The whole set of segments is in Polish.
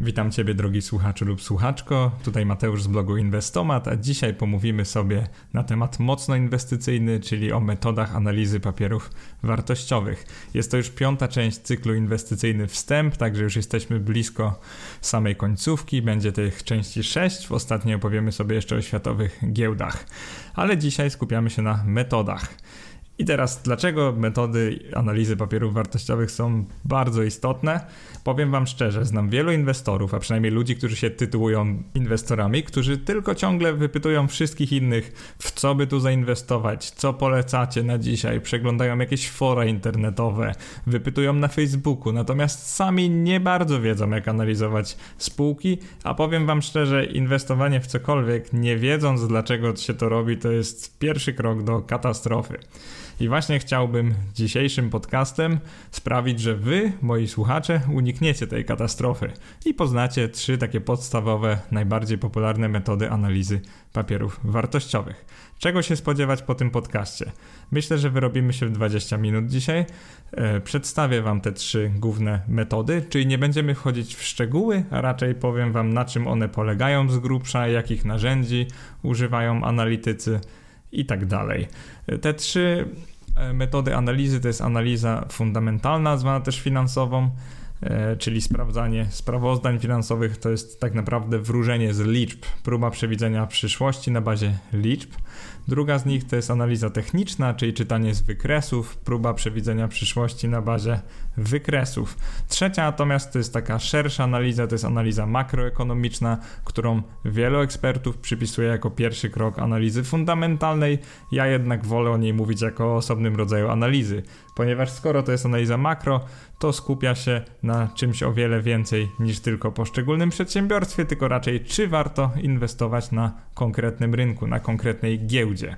Witam Ciebie, drogi słuchaczu lub słuchaczko. Tutaj Mateusz z blogu Inwestomat, a dzisiaj pomówimy sobie na temat mocno inwestycyjny, czyli o metodach analizy papierów wartościowych. Jest to już 5. część cyklu inwestycyjny Wstęp, także już jesteśmy blisko samej końcówki. Będzie tych części 6. W ostatniej opowiemy sobie jeszcze o światowych giełdach. Ale dzisiaj skupiamy się na metodach. I teraz, dlaczego metody analizy papierów wartościowych są bardzo istotne? Powiem Wam szczerze, znam wielu inwestorów, a przynajmniej ludzi, którzy się tytułują inwestorami, którzy tylko ciągle wypytują wszystkich innych, w co by tu zainwestować, co polecacie na dzisiaj, przeglądają jakieś fora internetowe, wypytują na Facebooku, natomiast sami nie bardzo wiedzą, jak analizować spółki, a powiem Wam szczerze, inwestowanie w cokolwiek, nie wiedząc, dlaczego się to robi, to jest pierwszy krok do katastrofy. I właśnie chciałbym dzisiejszym podcastem sprawić, że Wy, moi słuchacze, unikniecie tej katastrofy i poznacie 3 takie podstawowe, najbardziej popularne metody analizy papierów wartościowych. Czego się spodziewać po tym podcaście? Myślę, że wyrobimy się w 20 minut dzisiaj. Przedstawię Wam te 3 główne metody, czyli nie będziemy wchodzić w szczegóły, a raczej powiem Wam, na czym one polegają z grubsza, jakich narzędzi używają analitycy i tak dalej. Te 3 metody analizy to jest analiza fundamentalna, zwana też finansową, czyli sprawdzanie sprawozdań finansowych, to jest tak naprawdę wróżenie z liczb, próba przewidzenia przyszłości na bazie liczb. Druga z nich to jest analiza techniczna, czyli czytanie z wykresów, próba przewidzenia przyszłości na bazie wykresów. Trzecia natomiast to jest taka szersza analiza, to jest analiza makroekonomiczna, którą wielu ekspertów przypisuje jako pierwszy krok analizy fundamentalnej. Ja jednak wolę o niej mówić jako o osobnym rodzaju analizy, ponieważ skoro to jest analiza makro, to skupia się na czymś o wiele więcej niż tylko poszczególnym przedsiębiorstwie, tylko raczej czy warto inwestować na konkretnym rynku, na konkretnej giełdzie.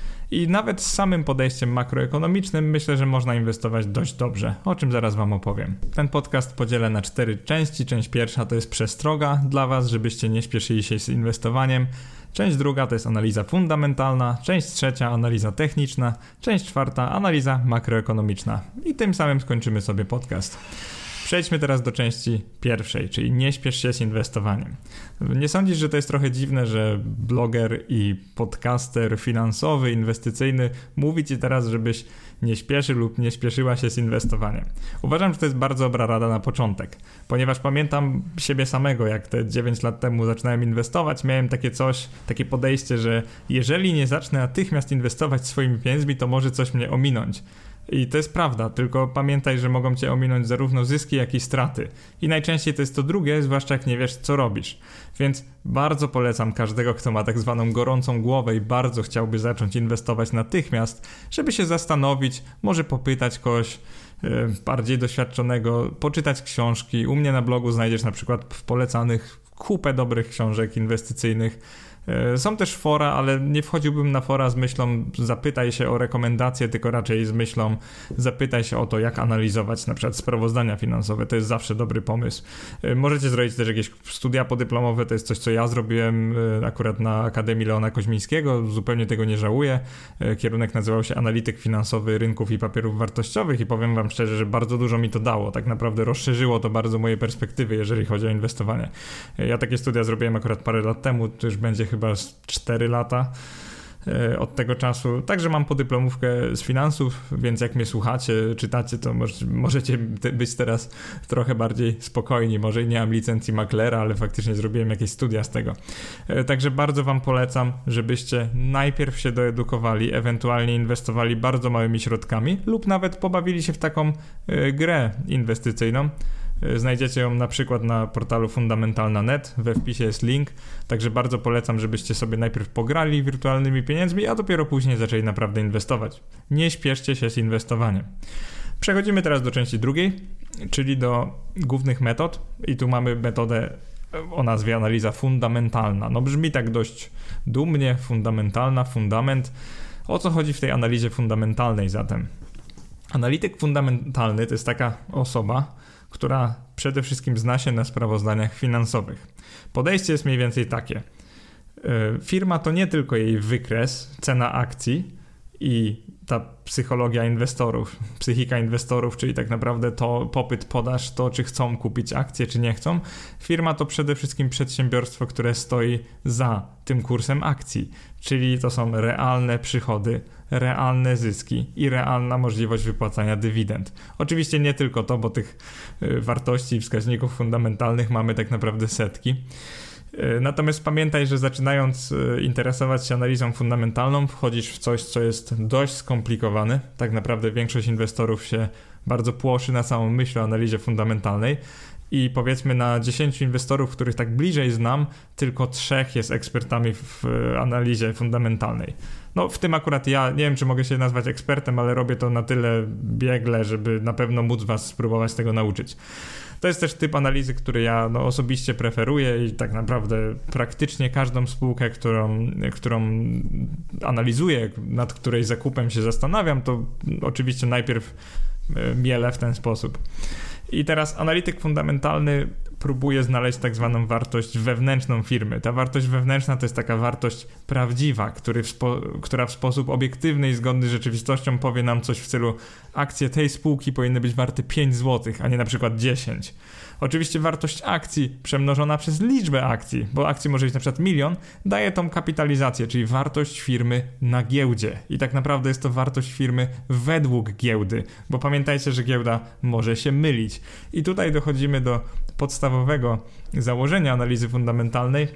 I nawet z samym podejściem makroekonomicznym myślę, że można inwestować dość dobrze, o czym zaraz Wam opowiem. Ten podcast podzielę na 4 części. Część pierwsza to jest przestroga dla Was, żebyście nie śpieszyli się z inwestowaniem. Część druga to jest analiza fundamentalna, część trzecia analiza techniczna, część czwarta analiza makroekonomiczna. I tym samym skończymy sobie podcast. Przejdźmy teraz do części pierwszej, czyli nie śpiesz się z inwestowaniem. Nie sądzisz, że to jest trochę dziwne, że bloger i podcaster finansowy, inwestycyjny mówi Ci teraz, żebyś nie śpieszył lub nie śpieszyła się z inwestowaniem? Uważam, że to jest bardzo dobra rada na początek, ponieważ pamiętam siebie samego, jak te 9 lat temu zaczynałem inwestować, miałem takie podejście, że jeżeli nie zacznę natychmiast inwestować swoimi pieniędzmi, to może coś mnie ominąć. I to jest prawda, tylko pamiętaj, że mogą Cię ominąć zarówno zyski, jak i straty. I najczęściej to jest to drugie, zwłaszcza jak nie wiesz, co robisz. Więc bardzo polecam każdego, kto ma tak zwaną gorącą głowę i bardzo chciałby zacząć inwestować natychmiast, żeby się zastanowić, może popytać kogoś bardziej doświadczonego, poczytać książki. U mnie na blogu znajdziesz na przykład w polecanych kupę dobrych książek inwestycyjnych. Są też fora, ale nie wchodziłbym na fora z myślą zapytaj się o rekomendacje, tylko raczej z myślą zapytaj się o to, jak analizować na przykład sprawozdania finansowe. To jest zawsze dobry pomysł. Możecie zrobić też jakieś studia podyplomowe, to jest coś, co ja zrobiłem akurat na Akademii Leona Koźmińskiego, zupełnie tego nie żałuję. Kierunek nazywał się Analityk Finansowy Rynków i Papierów Wartościowych i powiem Wam szczerze, że bardzo dużo mi to dało. Tak naprawdę rozszerzyło to bardzo moje perspektywy, jeżeli chodzi o inwestowanie. Ja takie studia zrobiłem akurat parę lat temu, to już będzie chyba 4 lata od tego czasu. Także mam podyplomówkę z finansów, więc jak mnie słuchacie, czytacie, to możecie być teraz trochę bardziej spokojni. Może nie mam licencji maklera, ale faktycznie zrobiłem jakieś studia z tego. Także bardzo Wam polecam, żebyście najpierw się doedukowali, ewentualnie inwestowali bardzo małymi środkami lub nawet pobawili się w taką grę inwestycyjną. Znajdziecie ją na przykład na portalu fundamentalna.net, we wpisie jest link, także bardzo polecam, żebyście sobie najpierw pograli wirtualnymi pieniędzmi, a dopiero później zaczęli naprawdę inwestować. Nie śpieszcie się z inwestowaniem. Przechodzimy teraz do części drugiej, czyli do głównych metod i tu mamy metodę o nazwie analiza fundamentalna. No brzmi tak dość dumnie, fundamentalna, fundament. O co chodzi w tej analizie fundamentalnej zatem? Analityk fundamentalny to jest taka osoba, która przede wszystkim zna się na sprawozdaniach finansowych. Podejście jest mniej więcej takie. Firma to nie tylko jej wykres, cena akcji i ta psychologia inwestorów, psychika inwestorów, czyli tak naprawdę to popyt, podaż, to czy chcą kupić akcje, czy nie chcą. Firma to przede wszystkim przedsiębiorstwo, które stoi za tym kursem akcji, czyli to są realne przychody, realne zyski i realna możliwość wypłacania dywidend. Oczywiście nie tylko to, bo tych wartości i wskaźników fundamentalnych mamy tak naprawdę setki. Natomiast pamiętaj, że zaczynając interesować się analizą fundamentalną, wchodzisz w coś, co jest dość skomplikowane. Tak naprawdę większość inwestorów się bardzo płoszy na samą myśl o analizie fundamentalnej i powiedzmy na 10 inwestorów, których tak bliżej znam, tylko 3 jest ekspertami w analizie fundamentalnej. No w tym akurat ja, nie wiem czy mogę się nazwać ekspertem, ale robię to na tyle biegle, żeby na pewno móc was spróbować tego nauczyć. To jest też typ analizy, który ja osobiście preferuję i tak naprawdę praktycznie każdą spółkę, którą analizuję, nad której zakupem się zastanawiam, to oczywiście najpierw mielę w ten sposób. I teraz analityk fundamentalny próbuje znaleźć tak zwaną wartość wewnętrzną firmy. Ta wartość wewnętrzna to jest taka wartość prawdziwa, która w sposób obiektywny i zgodny z rzeczywistością powie nam coś w stylu akcje tej spółki powinny być warte 5 zł, a nie na przykład 10. Oczywiście wartość akcji przemnożona przez liczbę akcji, bo akcji może być na przykład 1 000 000, daje tą kapitalizację, czyli wartość firmy na giełdzie. I tak naprawdę jest to wartość firmy według giełdy, bo pamiętajcie, że giełda może się mylić. I tutaj dochodzimy do podstawowego założenia analizy fundamentalnej.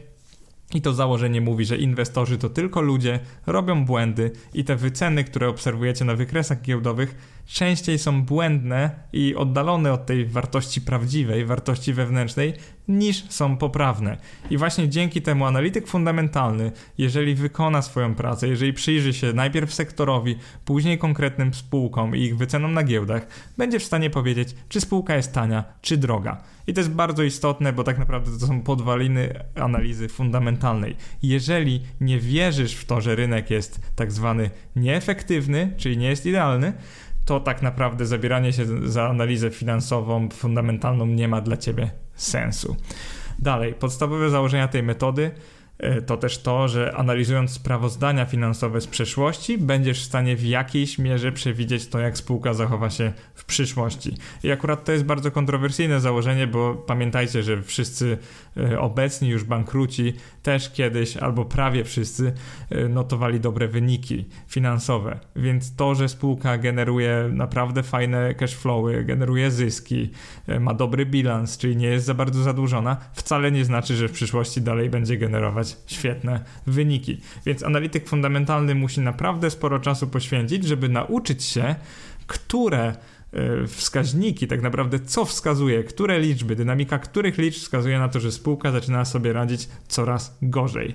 I to założenie mówi, że inwestorzy to tylko ludzie, robią błędy i te wyceny, które obserwujecie na wykresach giełdowych, częściej są błędne i oddalone od tej wartości prawdziwej, wartości wewnętrznej, niż są poprawne. I właśnie dzięki temu analityk fundamentalny, jeżeli wykona swoją pracę, jeżeli przyjrzy się najpierw sektorowi, później konkretnym spółkom i ich wycenom na giełdach, będzie w stanie powiedzieć, czy spółka jest tania, czy droga. I to jest bardzo istotne, bo tak naprawdę to są podwaliny analizy fundamentalnej. Jeżeli nie wierzysz w to, że rynek jest tak zwany nieefektywny, czyli nie jest idealny, to tak naprawdę zabieranie się za analizę finansową, fundamentalną nie ma dla ciebie sensu. Dalej, podstawowe założenia tej metody to też to, że analizując sprawozdania finansowe z przeszłości, będziesz w stanie w jakiejś mierze przewidzieć to, jak spółka zachowa się w przyszłości. I akurat to jest bardzo kontrowersyjne założenie, bo pamiętajcie, że wszyscy obecni już bankruci też kiedyś, albo prawie wszyscy, notowali dobre wyniki finansowe. Więc to, że spółka generuje naprawdę fajne cashflowy, generuje zyski, ma dobry bilans, czyli nie jest za bardzo zadłużona, wcale nie znaczy, że w przyszłości dalej będzie generować świetne wyniki. Więc analityk fundamentalny musi naprawdę sporo czasu poświęcić, żeby nauczyć się, które wskaźniki, tak naprawdę co wskazuje, które liczby, dynamika których liczb wskazuje na to, że spółka zaczyna sobie radzić coraz gorzej.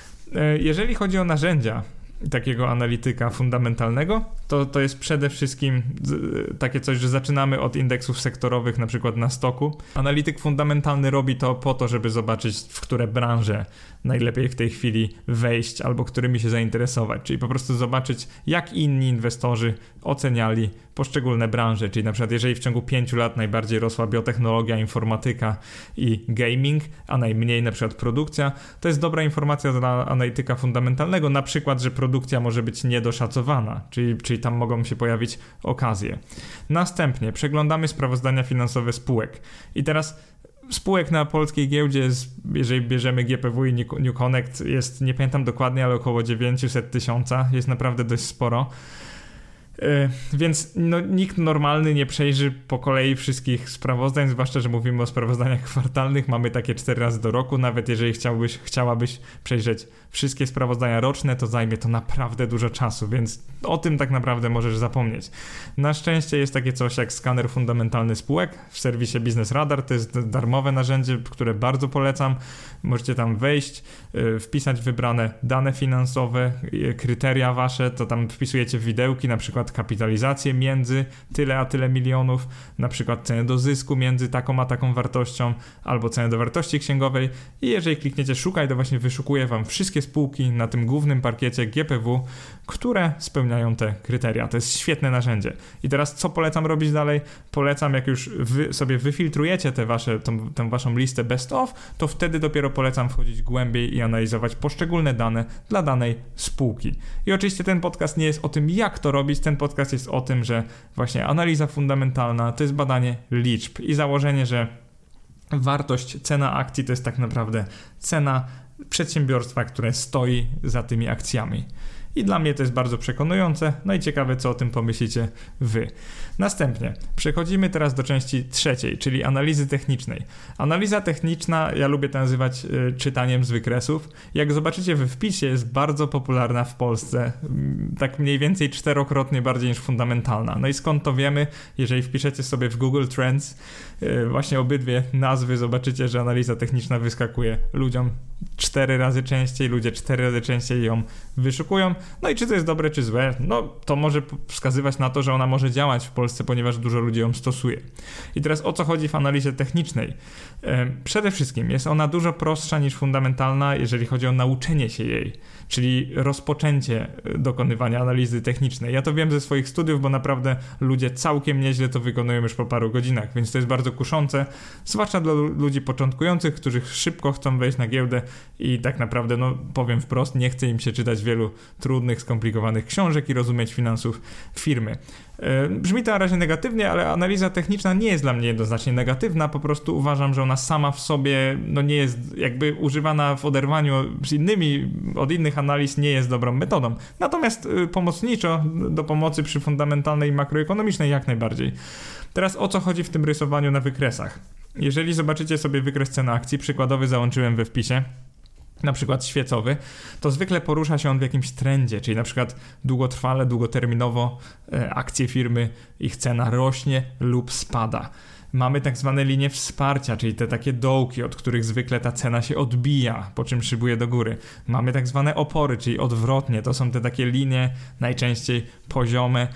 Jeżeli chodzi o narzędzia takiego analityka fundamentalnego, to jest przede wszystkim takie coś, że zaczynamy od indeksów sektorowych, na przykład na stoku. Analityk fundamentalny robi to po to, żeby zobaczyć, w które branże najlepiej w tej chwili wejść albo którymi się zainteresować, czyli po prostu zobaczyć, jak inni inwestorzy oceniali poszczególne branże, czyli na przykład jeżeli w ciągu 5 lat najbardziej rosła biotechnologia, informatyka i gaming, a najmniej na przykład produkcja, to jest dobra informacja dla analityka fundamentalnego, na przykład, że produkcja może być niedoszacowana, czyli tam mogą się pojawić okazje. Następnie przeglądamy sprawozdania finansowe spółek. I teraz spółek na polskiej giełdzie, jeżeli bierzemy GPW i New Connect, jest, nie pamiętam dokładnie, ale około 900 000, jest naprawdę dość sporo. Więc nikt normalny nie przejrzy po kolei wszystkich sprawozdań, zwłaszcza, że mówimy o sprawozdaniach kwartalnych, mamy takie 4 razy do roku, nawet jeżeli chciałabyś przejrzeć wszystkie sprawozdania roczne, to zajmie to naprawdę dużo czasu, więc o tym tak naprawdę możesz zapomnieć. Na szczęście jest takie coś jak skaner fundamentalny spółek w serwisie Business Radar, to jest darmowe narzędzie, które bardzo polecam, możecie tam wejść, wpisać wybrane dane finansowe, kryteria wasze, to tam wpisujecie w widełki, na przykład przykład kapitalizację między tyle a tyle milionów, na przykład cenę do zysku między taką a taką wartością, albo cenę do wartości księgowej i jeżeli klikniecie szukaj, to właśnie wyszukuje wam wszystkie spółki na tym głównym parkiecie GPW, które spełniają te kryteria. To jest świetne narzędzie. I teraz co polecam robić dalej? Polecam, jak już wy sobie wyfiltrujecie tę waszą listę best of, to wtedy dopiero polecam wchodzić głębiej i analizować poszczególne dane dla danej spółki. I oczywiście ten podcast nie jest o tym, jak to robić, ten podcast jest o tym, że właśnie analiza fundamentalna to jest badanie liczb i założenie, że wartość, cena akcji to jest tak naprawdę cena przedsiębiorstwa, które stoi za tymi akcjami. I dla mnie to jest bardzo przekonujące, no i ciekawe, co o tym pomyślicie wy. Następnie przechodzimy teraz do części trzeciej, czyli analizy technicznej. Analiza techniczna, ja lubię to nazywać czytaniem z wykresów. Jak zobaczycie we wpisie, jest bardzo popularna w Polsce, tak mniej więcej 4-krotnie bardziej niż fundamentalna. No i skąd to wiemy? Jeżeli wpiszecie sobie w Google Trends właśnie obydwie nazwy, zobaczycie, że analiza techniczna wyskakuje ludziom 4 razy częściej, ludzie 4 razy częściej ją wyszukują. No i czy to jest dobre, czy złe? No to może wskazywać na to, że ona może działać w Polsce, ponieważ dużo ludzi ją stosuje. I teraz o co chodzi w analizie technicznej? Przede wszystkim jest ona dużo prostsza niż fundamentalna, jeżeli chodzi o nauczenie się jej, czyli rozpoczęcie dokonywania analizy technicznej. Ja to wiem ze swoich studiów, bo naprawdę ludzie całkiem nieźle to wykonują już po paru godzinach, więc to jest bardzo kuszące, zwłaszcza dla ludzi początkujących, którzy szybko chcą wejść na giełdę i tak naprawdę, no powiem wprost, nie chce im się czytać wielu trudnych, skomplikowanych książek i rozumieć finansów firmy. Brzmi to na razie negatywnie, ale analiza techniczna nie jest dla mnie jednoznacznie negatywna, po prostu uważam, że ona sama w sobie no nie jest jakby używana w oderwaniu od innych analiz nie jest dobrą metodą. Natomiast pomocniczo do pomocy przy fundamentalnej i makroekonomicznej jak najbardziej. Teraz o co chodzi w tym rysowaniu na wykresach? Jeżeli zobaczycie sobie wykres cen akcji, przykładowy załączyłem we wpisie, na przykład świecowy, to zwykle porusza się on w jakimś trendzie, czyli na przykład długotrwale, długoterminowo akcje firmy, ich cena rośnie lub spada. Mamy tak zwane linie wsparcia, czyli te takie dołki, od których zwykle ta cena się odbija, po czym szybuje do góry. Mamy tak zwane opory, czyli odwrotnie, to są te takie linie najczęściej poziome,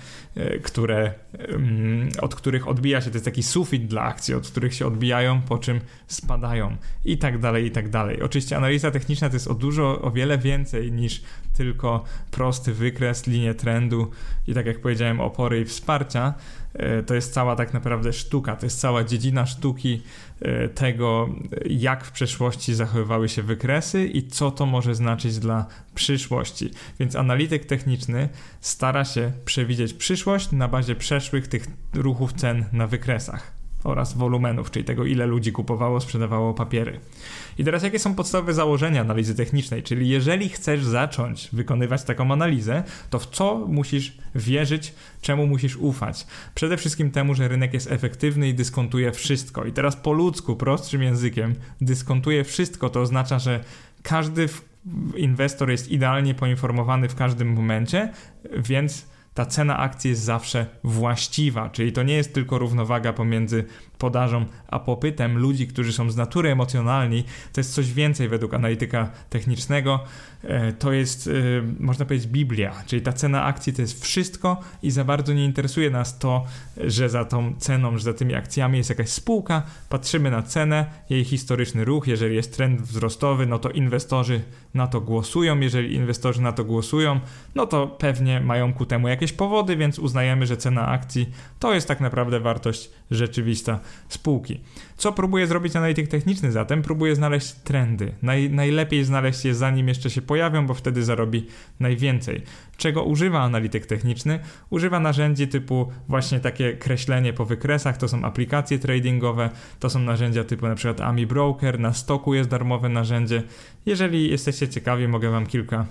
od których odbija się, to jest taki sufit dla akcji, od których się odbijają, po czym spadają i tak dalej, i tak dalej. Oczywiście analiza techniczna to jest o wiele więcej niż tylko prosty wykres, linie trendu i tak jak powiedziałem, opory i wsparcia. To jest cała tak naprawdę sztuka, to jest cała dziedzina sztuki tego, jak w przeszłości zachowywały się wykresy i co to może znaczyć dla przyszłości. Więc analityk techniczny stara się przewidzieć przyszłość na bazie przeszłych tych ruchów cen na wykresach oraz wolumenów, czyli tego, ile ludzi kupowało, sprzedawało papiery. I teraz jakie są podstawowe założenia analizy technicznej, czyli jeżeli chcesz zacząć wykonywać taką analizę, to w co musisz wierzyć, czemu musisz ufać? Przede wszystkim temu, że rynek jest efektywny i dyskontuje wszystko. I teraz po ludzku, prostszym językiem, dyskontuje wszystko, to oznacza, że każdy inwestor jest idealnie poinformowany w każdym momencie, więc ta cena akcji jest zawsze właściwa, czyli to nie jest tylko równowaga pomiędzy podażą a popytem ludzi, którzy są z natury emocjonalni, to jest coś więcej według analityka technicznego, to jest, można powiedzieć, Biblia, czyli ta cena akcji to jest wszystko i za bardzo nie interesuje nas to, że za tą ceną, że za tymi akcjami jest jakaś spółka, patrzymy na cenę, jej historyczny ruch, jeżeli jest trend wzrostowy, no to inwestorzy na to głosują, jeżeli inwestorzy na to głosują, no to pewnie mają ku temu jakieś powody, więc uznajemy, że cena akcji to jest tak naprawdę wartość rzeczywista spółki. Co próbuje zrobić analityk techniczny zatem? Próbuje znaleźć trendy. Najlepiej znaleźć je zanim jeszcze się pojawią, bo wtedy zarobi najwięcej. Czego używa analityk techniczny? Używa narzędzi typu właśnie takie kreślenie po wykresach, to są aplikacje tradingowe, to są narzędzia typu na przykład AMI Broker, na Stoku jest darmowe narzędzie. Jeżeli jesteście ciekawi, mogę wam kilka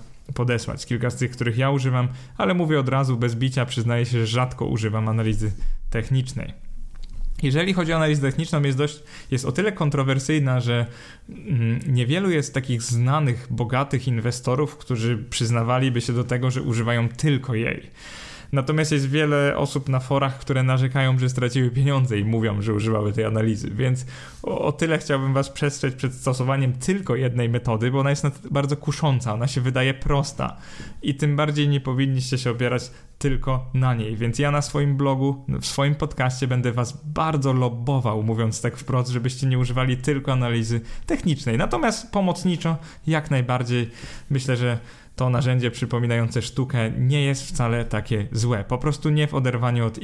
z tych, których ja używam, ale mówię od razu bez bicia, przyznaję się, że rzadko używam analizy technicznej. Jeżeli chodzi o analizę techniczną, jest o tyle kontrowersyjna, że niewielu jest takich znanych, bogatych inwestorów, którzy przyznawaliby się do tego, że używają tylko jej. Natomiast jest wiele osób na forach, które narzekają, że straciły pieniądze i mówią, że używały tej analizy, więc o tyle chciałbym was przestrzec przed stosowaniem tylko jednej metody, bo ona jest bardzo kusząca, ona się wydaje prosta i tym bardziej nie powinniście się opierać tylko na niej. Więc ja na swoim blogu, w swoim podcaście będę was bardzo lobbował, mówiąc tak wprost, żebyście nie używali tylko analizy technicznej. Natomiast pomocniczo jak najbardziej myślę, że to narzędzie przypominające sztukę nie jest wcale takie złe. Po prostu nie w oderwaniu od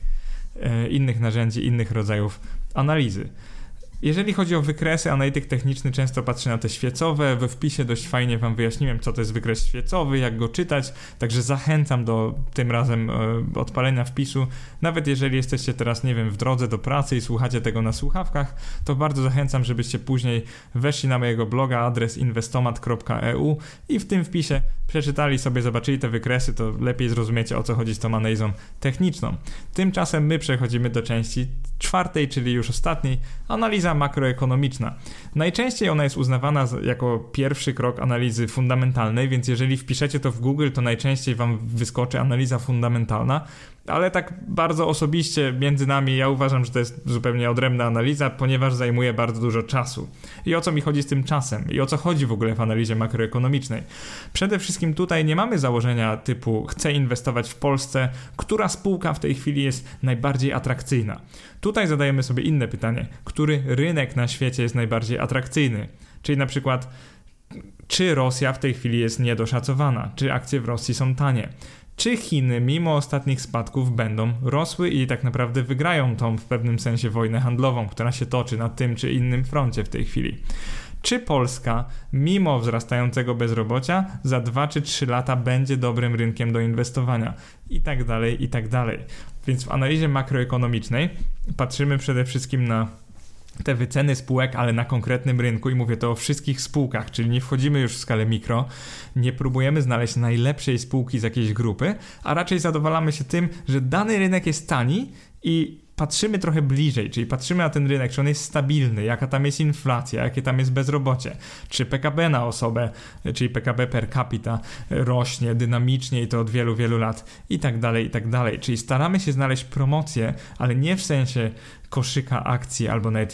innych narzędzi, innych rodzajów analizy. Jeżeli chodzi o wykresy, analityk techniczny często patrzy na te świecowe. We wpisie dość fajnie wam wyjaśniłem, co to jest wykres świecowy, jak go czytać, także zachęcam do tym razem odpalenia wpisu. Nawet jeżeli jesteście teraz, nie wiem, w drodze do pracy i słuchacie tego na słuchawkach, to bardzo zachęcam, żebyście później weszli na mojego bloga, adres inwestomat.eu i w tym wpisie przeczytali sobie, zobaczyli te wykresy, to lepiej zrozumiecie, o co chodzi z tą analizą techniczną. Tymczasem my przechodzimy do części 4, czyli już ostatniej, analiza makroekonomiczna. Najczęściej ona jest uznawana jako pierwszy krok analizy fundamentalnej, więc jeżeli wpiszecie to w Google, to najczęściej wam wyskoczy analiza fundamentalna, ale tak bardzo osobiście między nami ja uważam, że to jest zupełnie odrębna analiza, ponieważ zajmuje bardzo dużo czasu. I o co mi chodzi z tym czasem? I o co chodzi w ogóle w analizie makroekonomicznej? Przede wszystkim tutaj nie mamy założenia typu chcę inwestować w Polsce, która spółka w tej chwili jest najbardziej atrakcyjna. Tutaj zadajemy sobie inne pytanie. Który rynek na świecie jest najbardziej atrakcyjny? Czyli na przykład czy Rosja w tej chwili jest niedoszacowana? Czy akcje w Rosji są tanie? Czy Chiny mimo ostatnich spadków będą rosły i tak naprawdę wygrają tą w pewnym sensie wojnę handlową, która się toczy na tym czy innym froncie w tej chwili? Czy Polska mimo wzrastającego bezrobocia za 2 czy 3 lata będzie dobrym rynkiem do inwestowania? I tak dalej, i tak dalej. Więc w analizie makroekonomicznej patrzymy przede wszystkim na te wyceny spółek, ale na konkretnym rynku i mówię to o wszystkich spółkach, czyli nie wchodzimy już w skalę mikro, nie próbujemy znaleźć najlepszej spółki z jakiejś grupy, a raczej zadowalamy się tym, że dany rynek jest tani i patrzymy trochę bliżej, czyli patrzymy na ten rynek, czy on jest stabilny, jaka tam jest inflacja, jakie tam jest bezrobocie, czy PKB na osobę, czyli PKB per capita rośnie dynamicznie i to od wielu, wielu lat i tak dalej, i tak dalej. Czyli staramy się znaleźć promocję, ale nie w sensie koszyka akcji albo nawet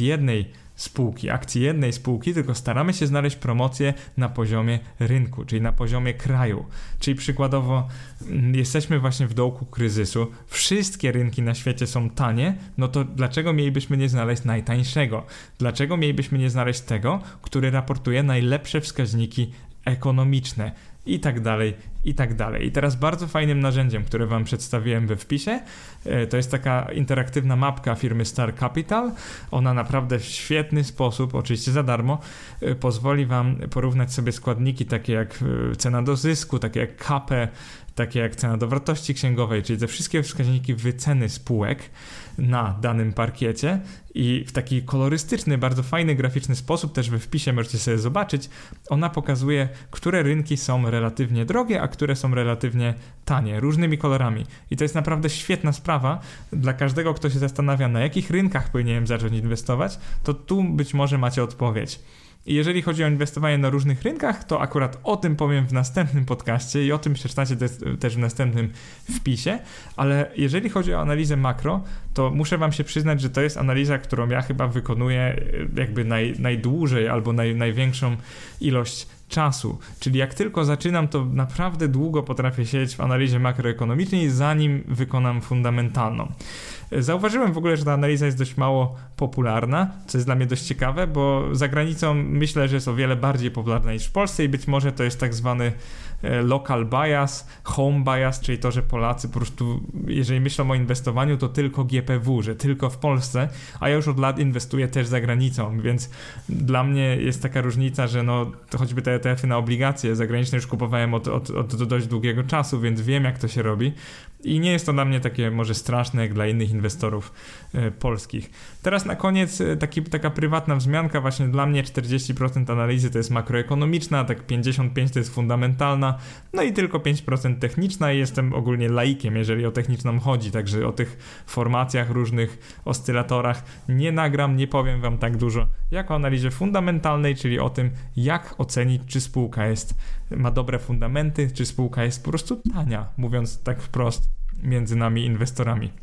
akcji jednej spółki, tylko staramy się znaleźć promocję na poziomie rynku, czyli na poziomie kraju. Czyli przykładowo jesteśmy właśnie w dołku kryzysu, wszystkie rynki na świecie są tanie, no to dlaczego mielibyśmy nie znaleźć najtańszego? Dlaczego mielibyśmy nie znaleźć tego, który raportuje najlepsze wskaźniki ekonomiczne? I tak dalej, i tak dalej. I teraz bardzo fajnym narzędziem, które wam przedstawiłem we wpisie, to jest taka interaktywna mapka firmy Star Capital. Ona naprawdę w świetny sposób, oczywiście za darmo, pozwoli wam porównać sobie składniki takie jak cena do zysku, takie jak KP, takie jak cena do wartości księgowej, czyli te wszystkie wskaźniki wyceny spółek na danym parkiecie i w taki kolorystyczny, bardzo fajny, graficzny sposób, też we wpisie możecie sobie zobaczyć, ona pokazuje, które rynki są relatywnie drogie, a które są relatywnie tanie, różnymi kolorami. I to jest naprawdę świetna sprawa dla każdego, kto się zastanawia, na jakich rynkach powinienem zacząć inwestować, to tu być może macie odpowiedź. I jeżeli chodzi o inwestowanie na różnych rynkach, to akurat o tym powiem w następnym podcaście i o tym przeczytacie też w następnym wpisie, ale jeżeli chodzi o analizę makro, to muszę wam się przyznać, że to jest analiza, którą ja chyba wykonuję jakby najdłużej albo największą ilość czasu. Czyli jak tylko zaczynam, to naprawdę długo potrafię siedzieć w analizie makroekonomicznej, zanim wykonam fundamentalną. Zauważyłem w ogóle, że ta analiza jest dość mało popularna, co jest dla mnie dość ciekawe, bo za granicą myślę, że jest o wiele bardziej popularna niż w Polsce i być może to jest tak zwany local bias, home bias, czyli to, że Polacy po prostu, jeżeli myślą o inwestowaniu, to tylko GPW, że tylko w Polsce, a ja już od lat inwestuję też za granicą, więc dla mnie jest taka różnica, że no to choćby te ETF-y na obligacje zagraniczne już kupowałem od dość długiego czasu, więc wiem, jak to się robi i nie jest to dla mnie takie może straszne jak dla innych inwestorów polskich. Teraz na koniec taka prywatna wzmianka, właśnie dla mnie 40% analizy to jest makroekonomiczna, tak 55% to jest fundamentalna, no i tylko 5% techniczna i jestem ogólnie laikiem, jeżeli o techniczną chodzi, także o tych formacjach, różnych oscylatorach nie nagram, nie powiem wam tak dużo jak o analizie fundamentalnej, czyli o tym, jak ocenić, czy spółka ma dobre fundamenty, czy spółka jest po prostu tania, mówiąc tak wprost między nami inwestorami.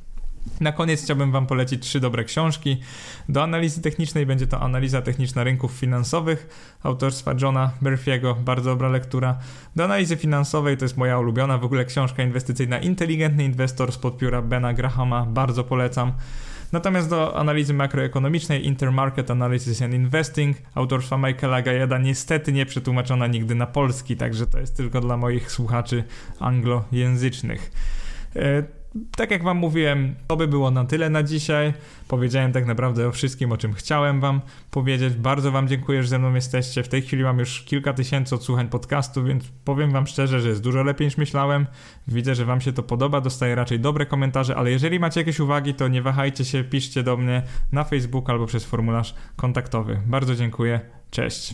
Na koniec chciałbym Wam polecić 3 dobre książki. Do analizy technicznej będzie to Analiza techniczna rynków finansowych autorstwa Johna Murphy'ego, bardzo dobra lektura. Do analizy finansowej to jest moja ulubiona w ogóle książka inwestycyjna Inteligentny Inwestor spod pióra Bena Grahama, bardzo polecam. Natomiast do analizy makroekonomicznej Intermarket Analysis and Investing autorstwa Michaela Gayeda niestety nie przetłumaczona nigdy na polski, także to jest tylko dla moich słuchaczy anglojęzycznych. Tak jak Wam mówiłem, to by było na tyle na dzisiaj. Powiedziałem tak naprawdę o wszystkim, o czym chciałem Wam powiedzieć. Bardzo Wam dziękuję, że ze mną jesteście. W tej chwili mam już kilka tysięcy odsłuchań podcastu, więc powiem Wam szczerze, że jest dużo lepiej niż myślałem. Widzę, że Wam się to podoba, dostaję raczej dobre komentarze, ale jeżeli macie jakieś uwagi, to nie wahajcie się, piszcie do mnie na Facebook albo przez formularz kontaktowy. Bardzo dziękuję, cześć.